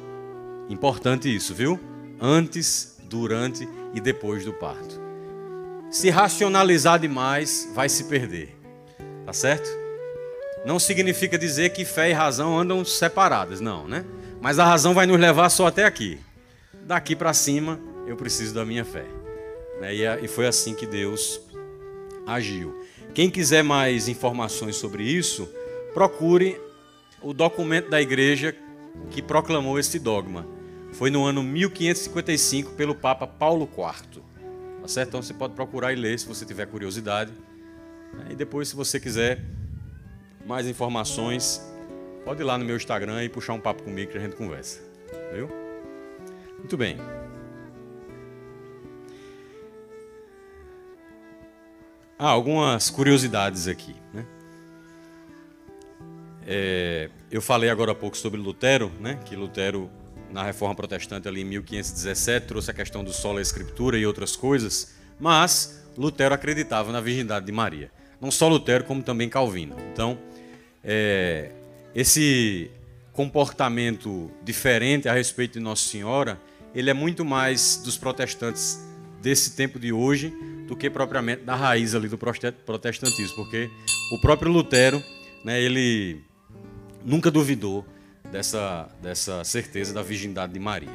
Importante isso, viu? Antes, durante e depois do parto. Se racionalizar demais, vai se perder. Tá certo? Não significa dizer que fé e razão andam separadas, não, né? Mas a razão vai nos levar só até aqui. Daqui para cima, eu preciso da minha fé. E foi assim que Deus agiu. Quem quiser mais informações sobre isso, procure o documento da igreja que proclamou esse dogma. Foi no ano mil quinhentos e cinquenta e cinco pelo Papa Paulo quarto. Tá certo? Então você pode procurar e ler se você tiver curiosidade. E depois, se você quiser mais informações, pode ir lá no meu Instagram e puxar um papo comigo que a gente conversa. Viu? Muito bem. Ah, algumas curiosidades aqui, né? É, eu falei agora há pouco sobre Lutero, né? Que Lutero, na Reforma Protestante, ali em mil quinhentos e dezessete, trouxe a questão do sola escritura e outras coisas, mas Lutero acreditava na virgindade de Maria. Não só Lutero, como também Calvino. Então, é, esse comportamento diferente a respeito de Nossa Senhora, ele é muito mais dos protestantes desse tempo de hoje do que propriamente da raiz ali do protestantismo, porque o próprio Lutero, né, ele nunca duvidou dessa, dessa certeza da virgindade de Maria.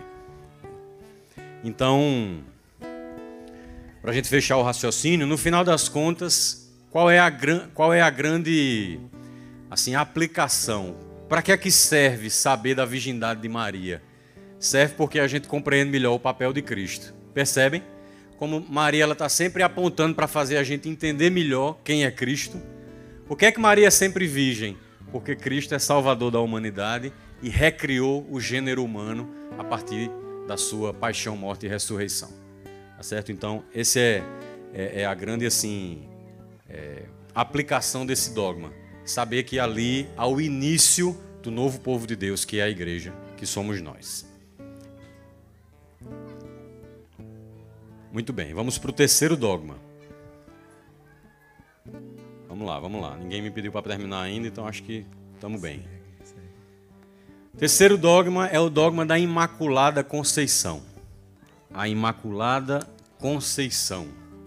Então, para a gente fechar o raciocínio, no final das contas, qual é a, gran, qual é a grande assim, aplicação? Para que é que serve saber da virgindade de Maria? Serve porque a gente compreende melhor o papel de Cristo. Percebem? Como Maria está sempre apontando para fazer a gente entender melhor quem é Cristo. Por que é que Maria é sempre virgem? Porque Cristo é salvador da humanidade e recriou o gênero humano a partir da sua paixão, morte e ressurreição. Tá certo? Então, essa é, é, é a grande assim, é, aplicação desse dogma. Saber que ali há o início do novo povo de Deus, que é a igreja, que somos nós. Muito bem, vamos para o terceiro dogma. Vamos lá, vamos lá. Ninguém me pediu para terminar ainda, então acho que estamos bem. Terceiro dogma é o dogma da Imaculada Conceição. A Imaculada Conceição.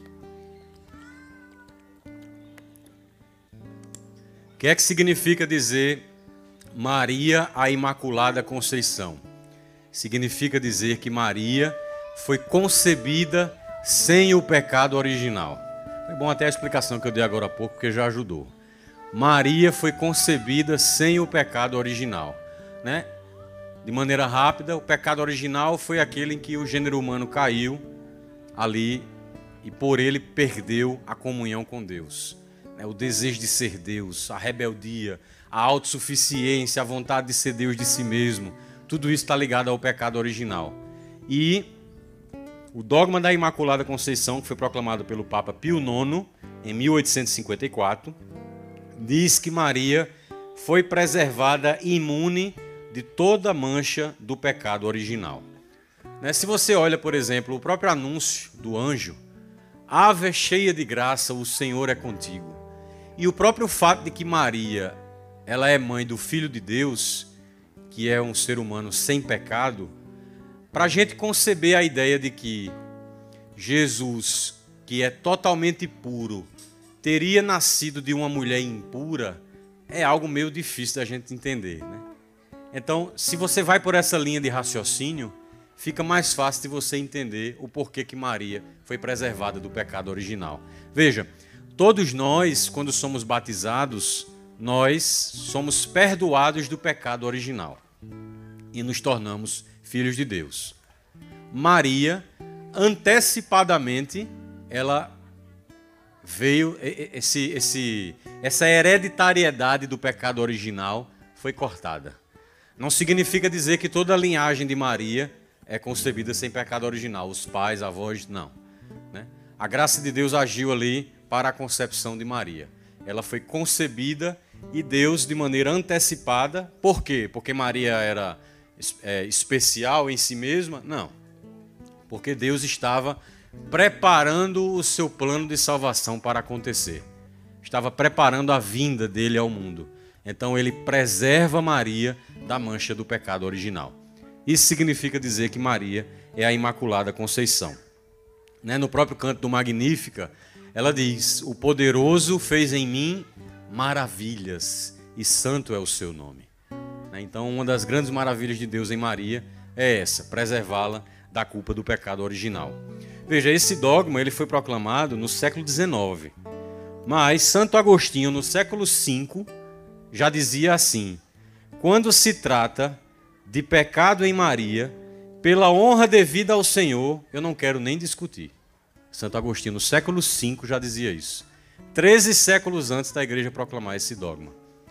O que é que significa dizer Maria, a Imaculada Conceição? Significa dizer que Maria foi concebida sem o pecado original. É bom até a explicação que eu dei agora há pouco, porque já ajudou. Maria foi concebida sem o pecado original, né? De maneira rápida, o pecado original foi aquele em que o gênero humano caiu ali e por ele perdeu a comunhão com Deus. O desejo de ser Deus, a rebeldia, a autossuficiência, a vontade de ser Deus de si mesmo, tudo isso está ligado ao pecado original. E o dogma da Imaculada Conceição, que foi proclamado pelo Papa Pio nono, em mil oitocentos e cinquenta e quatro, diz que Maria foi preservada imune de toda mancha do pecado original. Se você olha, por exemplo, o próprio anúncio do anjo, Ave cheia de graça, o Senhor é contigo. E o próprio fato de que Maria, ela é mãe do Filho de Deus, que é um ser humano sem pecado, para a gente conceber a ideia de que Jesus, que é totalmente puro, teria nascido de uma mulher impura, é algo meio difícil da gente entender, né? Então, se você vai por essa linha de raciocínio, fica mais fácil de você entender o porquê que Maria foi preservada do pecado original. Veja, todos nós, quando somos batizados, nós somos perdoados do pecado original e nos tornamos filhos de Deus. Maria, antecipadamente, ela veio, esse, esse, essa hereditariedade do pecado original foi cortada. Não significa dizer que toda a linhagem de Maria é concebida sem pecado original, os pais, avós, não. Né? A graça de Deus agiu ali para a concepção de Maria. Ela foi concebida e Deus, de maneira antecipada, por quê? Porque Maria era é, especial em si mesma? Não. Porque Deus estava preparando o seu plano de salvação para acontecer. Estava preparando a vinda dele ao mundo. Então ele preserva Maria da mancha do pecado original. Isso significa dizer que Maria é a Imaculada Conceição. Né? No próprio canto do Magnífica, ela diz: o poderoso fez em mim maravilhas e santo é o seu nome. Né? Então, uma das grandes maravilhas de Deus em Maria é essa, preservá-la da culpa do pecado original. Veja, esse dogma ele foi proclamado no século dezenove. Mas Santo Agostinho, no século cinco, já dizia assim: quando se trata de pecado em Maria, pela honra devida ao Senhor, eu não quero nem discutir. Santo Agostinho, no século cinco, já dizia isso. Treze séculos antes da igreja proclamar esse dogma.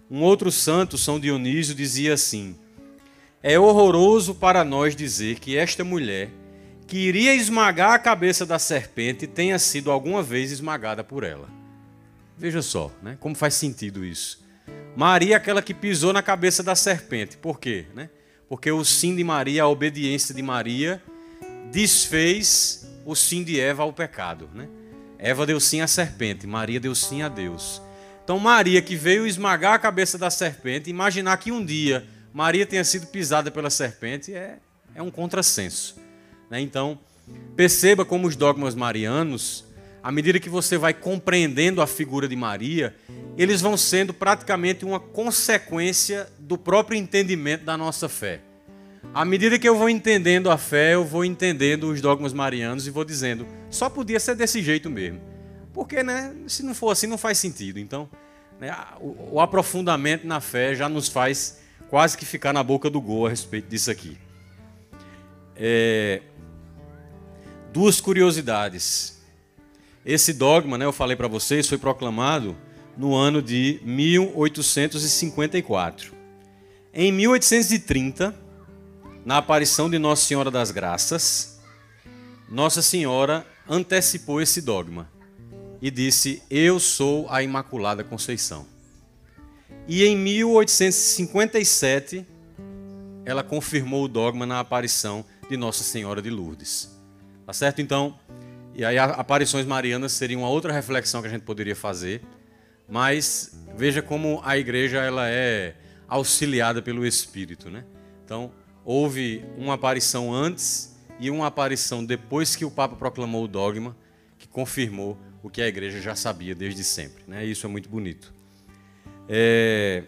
Um outro santo, São Dionísio, dizia assim: é horroroso para nós dizer que esta mulher, que iria esmagar a cabeça da serpente, tenha sido alguma vez esmagada por ela. Veja só, né, como faz sentido isso. Maria é aquela que pisou na cabeça da serpente. Por quê? Né? Porque o sim de Maria, a obediência de Maria, desfez o sim de Eva ao pecado. Né? Eva deu sim à serpente, Maria deu sim a Deus. Então Maria, que veio esmagar a cabeça da serpente, imaginar que um dia Maria tenha sido pisada pela serpente é, é um contrassenso. Né? Então, perceba como os dogmas marianos, à medida que você vai compreendendo a figura de Maria, eles vão sendo praticamente uma consequência do próprio entendimento da nossa fé. À medida que eu vou entendendo a fé, eu vou entendendo os dogmas marianos e vou dizendo, só podia ser desse jeito mesmo. Porque, né, se não for assim, não faz sentido. Então, né, o, o aprofundamento na fé já nos faz quase que ficar na boca do gol a respeito disso aqui. É, duas curiosidades. Esse dogma, né, eu falei para vocês, foi proclamado no ano de mil oitocentos e cinquenta e quatro. Em mil oitocentos e trinta, na aparição de Nossa Senhora das Graças, Nossa Senhora antecipou esse dogma e disse: eu sou a Imaculada Conceição. E em mil oitocentos e cinquenta e sete, ela confirmou o dogma na aparição de Nossa Senhora de Lourdes. Tá certo? Então, e aí aparições marianas seriam uma outra reflexão que a gente poderia fazer, mas veja como a igreja ela é auxiliada pelo Espírito, né? Então, houve uma aparição antes e uma aparição depois que o Papa proclamou o dogma, que confirmou o que a igreja já sabia desde sempre, né? Isso é muito bonito. É...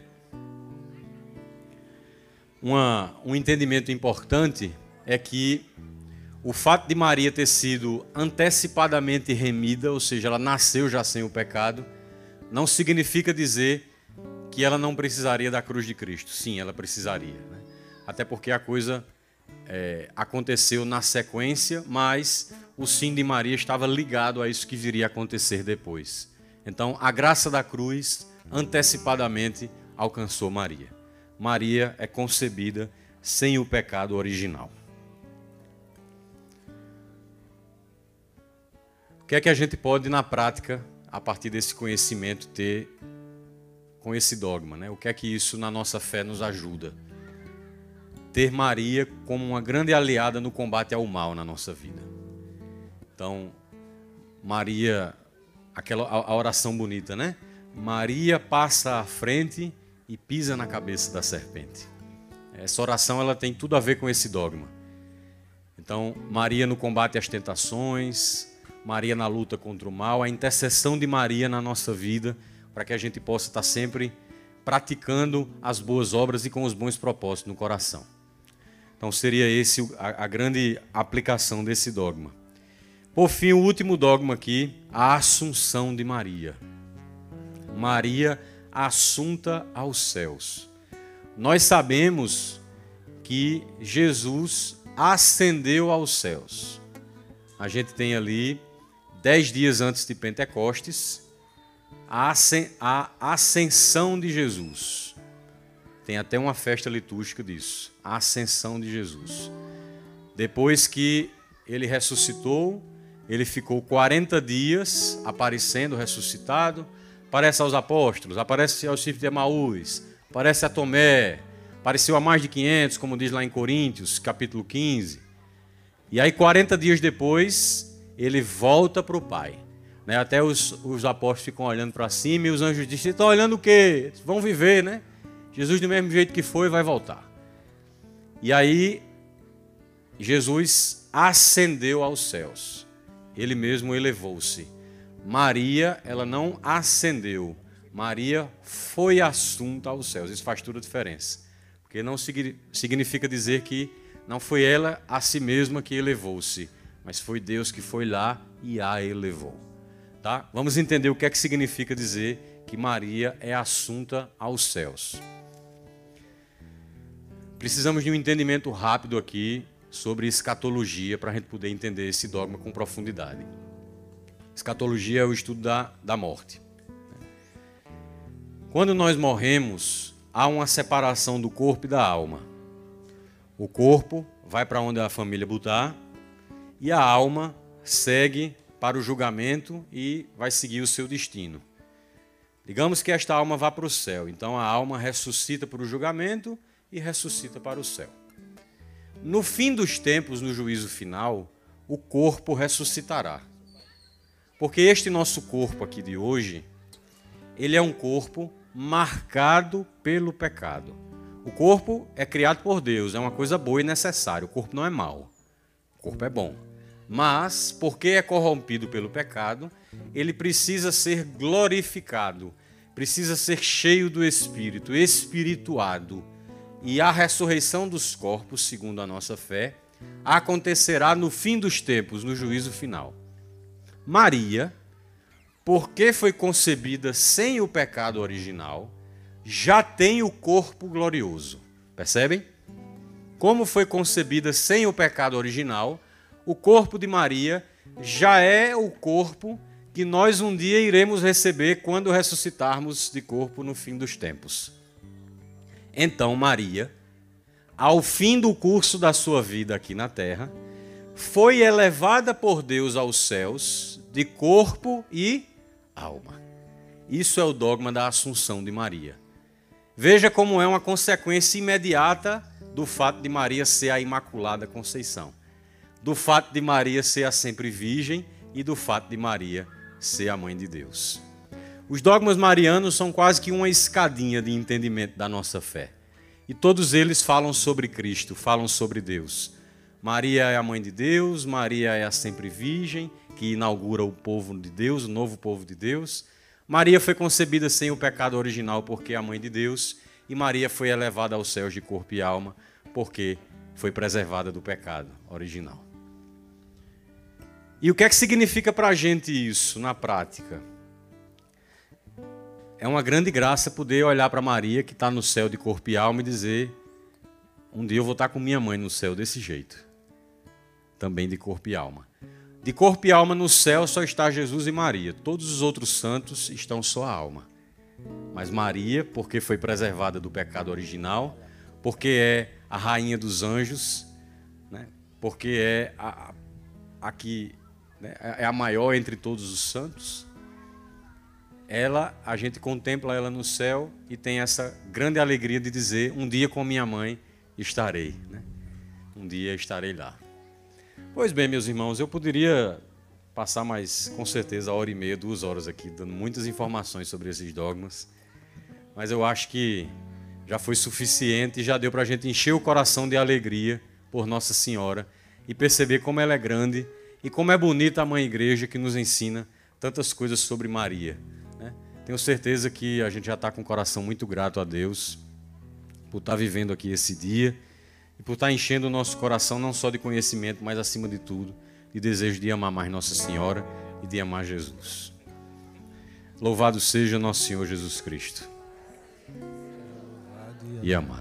Uma, um entendimento importante é que o fato de Maria ter sido antecipadamente remida, ou seja, ela nasceu já sem o pecado, não significa dizer que ela não precisaria da cruz de Cristo. Sim, ela precisaria, né? Até porque a coisa é, aconteceu na sequência, mas o sim de Maria estava ligado a isso que viria a acontecer depois. Então, a graça da cruz antecipadamente alcançou Maria. Maria é concebida sem o pecado original. O que é que a gente pode, na prática, a partir desse conhecimento, ter com esse dogma, né? O que é que isso na nossa fé nos ajuda? Ter Maria como uma grande aliada no combate ao mal na nossa vida. Então, Maria, aquela a oração bonita, né? Maria passa à frente e pisa na cabeça da serpente. Essa oração ela tem tudo a ver com esse dogma. Então, Maria no combate às tentações, Maria na luta contra o mal, a intercessão de Maria na nossa vida, para que a gente possa estar sempre praticando as boas obras e com os bons propósitos no coração. Então seria esse a, a grande aplicação desse dogma. Por fim, o último dogma aqui, a Assunção de Maria. Maria assunta aos céus. Nós sabemos que Jesus ascendeu aos céus. A gente tem ali Dez dias antes de Pentecostes, a ascensão de Jesus. Tem até uma festa litúrgica disso, a ascensão de Jesus. Depois que ele ressuscitou, ele ficou quarenta dias aparecendo, ressuscitado. Aparece aos apóstolos, aparece aos discípulos de Emaús, aparece a Tomé, apareceu a mais de quinhentos, como diz lá em Coríntios, capítulo quinze. E aí, quarenta dias depois, ele volta para o Pai. Né? Até os, os apóstolos ficam olhando para cima e os anjos dizem: estão olhando o quê? Vão viver, né? Jesus, do mesmo jeito que foi, vai voltar. E aí, Jesus ascendeu aos céus. Ele mesmo elevou-se. Maria, ela não ascendeu. Maria foi assunta aos céus. Isso faz toda a diferença. Porque não significa dizer que não foi ela a si mesma que elevou-se, mas foi Deus que foi lá e a elevou. Tá? Vamos entender o que é que significa dizer que Maria é assunta aos céus. Precisamos de um entendimento rápido aqui sobre escatologia para a gente poder entender esse dogma com profundidade. Escatologia é o estudo da, da morte. Quando nós morremos, há uma separação do corpo e da alma. O corpo vai para onde a família botar e a alma segue para o julgamento e vai seguir o seu destino. Digamos que esta alma vá para o céu, então a alma ressuscita para o julgamento e ressuscita para o céu. No fim dos tempos, no juízo final, o corpo ressuscitará. Porque este nosso corpo aqui de hoje, ele é um corpo marcado pelo pecado. O corpo é criado por Deus, é uma coisa boa e necessária. O corpo não é mau, o corpo é bom. Mas, porque é corrompido pelo pecado, ele precisa ser glorificado, precisa ser cheio do Espírito, espirituado. E a ressurreição dos corpos, segundo a nossa fé, acontecerá no fim dos tempos, no juízo final. Maria, porque foi concebida sem o pecado original, já tem o corpo glorioso. Percebem? Como foi concebida sem o pecado original, o corpo de Maria já é o corpo que nós um dia iremos receber quando ressuscitarmos de corpo no fim dos tempos. Então Maria, ao fim do curso da sua vida aqui na terra, foi elevada por Deus aos céus de corpo e alma. Isso é o dogma da Assunção de Maria. Veja como é uma consequência imediata do fato de Maria ser a Imaculada Conceição, do fato de Maria ser a sempre virgem e do fato de Maria ser a mãe de Deus. Os dogmas marianos são quase que uma escadinha de entendimento da nossa fé. E todos eles falam sobre Cristo, falam sobre Deus. Maria é a mãe de Deus, Maria é a sempre virgem, que inaugura o povo de Deus, o novo povo de Deus. Maria foi concebida sem o pecado original porque é a mãe de Deus. E Maria foi elevada aos céus de corpo e alma porque foi preservada do pecado original. E o que é que significa para a gente isso na prática? É uma grande graça poder olhar para Maria, que está no céu de corpo e alma, e dizer: um dia eu vou estar com minha mãe no céu desse jeito. Também de corpo e alma. De corpo e alma no céu só está Jesus e Maria. Todos os outros santos estão só a alma. Mas Maria, porque foi preservada do pecado original, porque é a rainha dos anjos, né? Porque é a, a que... é a maior entre todos os santos, ela, a gente contempla ela no céu e tem essa grande alegria de dizer: um dia com minha mãe estarei, né? Um dia estarei lá. Pois bem, meus irmãos, eu poderia passar mais, com certeza, hora e meia, duas horas aqui, dando muitas informações sobre esses dogmas, mas eu acho que já foi suficiente e já deu para a gente encher o coração de alegria por Nossa Senhora e perceber como ela é grande e como é bonita a Mãe Igreja, que nos ensina tantas coisas sobre Maria, né? Tenho certeza que a gente já está com o coração muito grato a Deus por estar vivendo aqui esse dia e por estar enchendo o nosso coração não só de conhecimento, mas acima de tudo, de desejo de amar mais Nossa Senhora e de amar Jesus. Louvado seja nosso Senhor Jesus Cristo. E amado.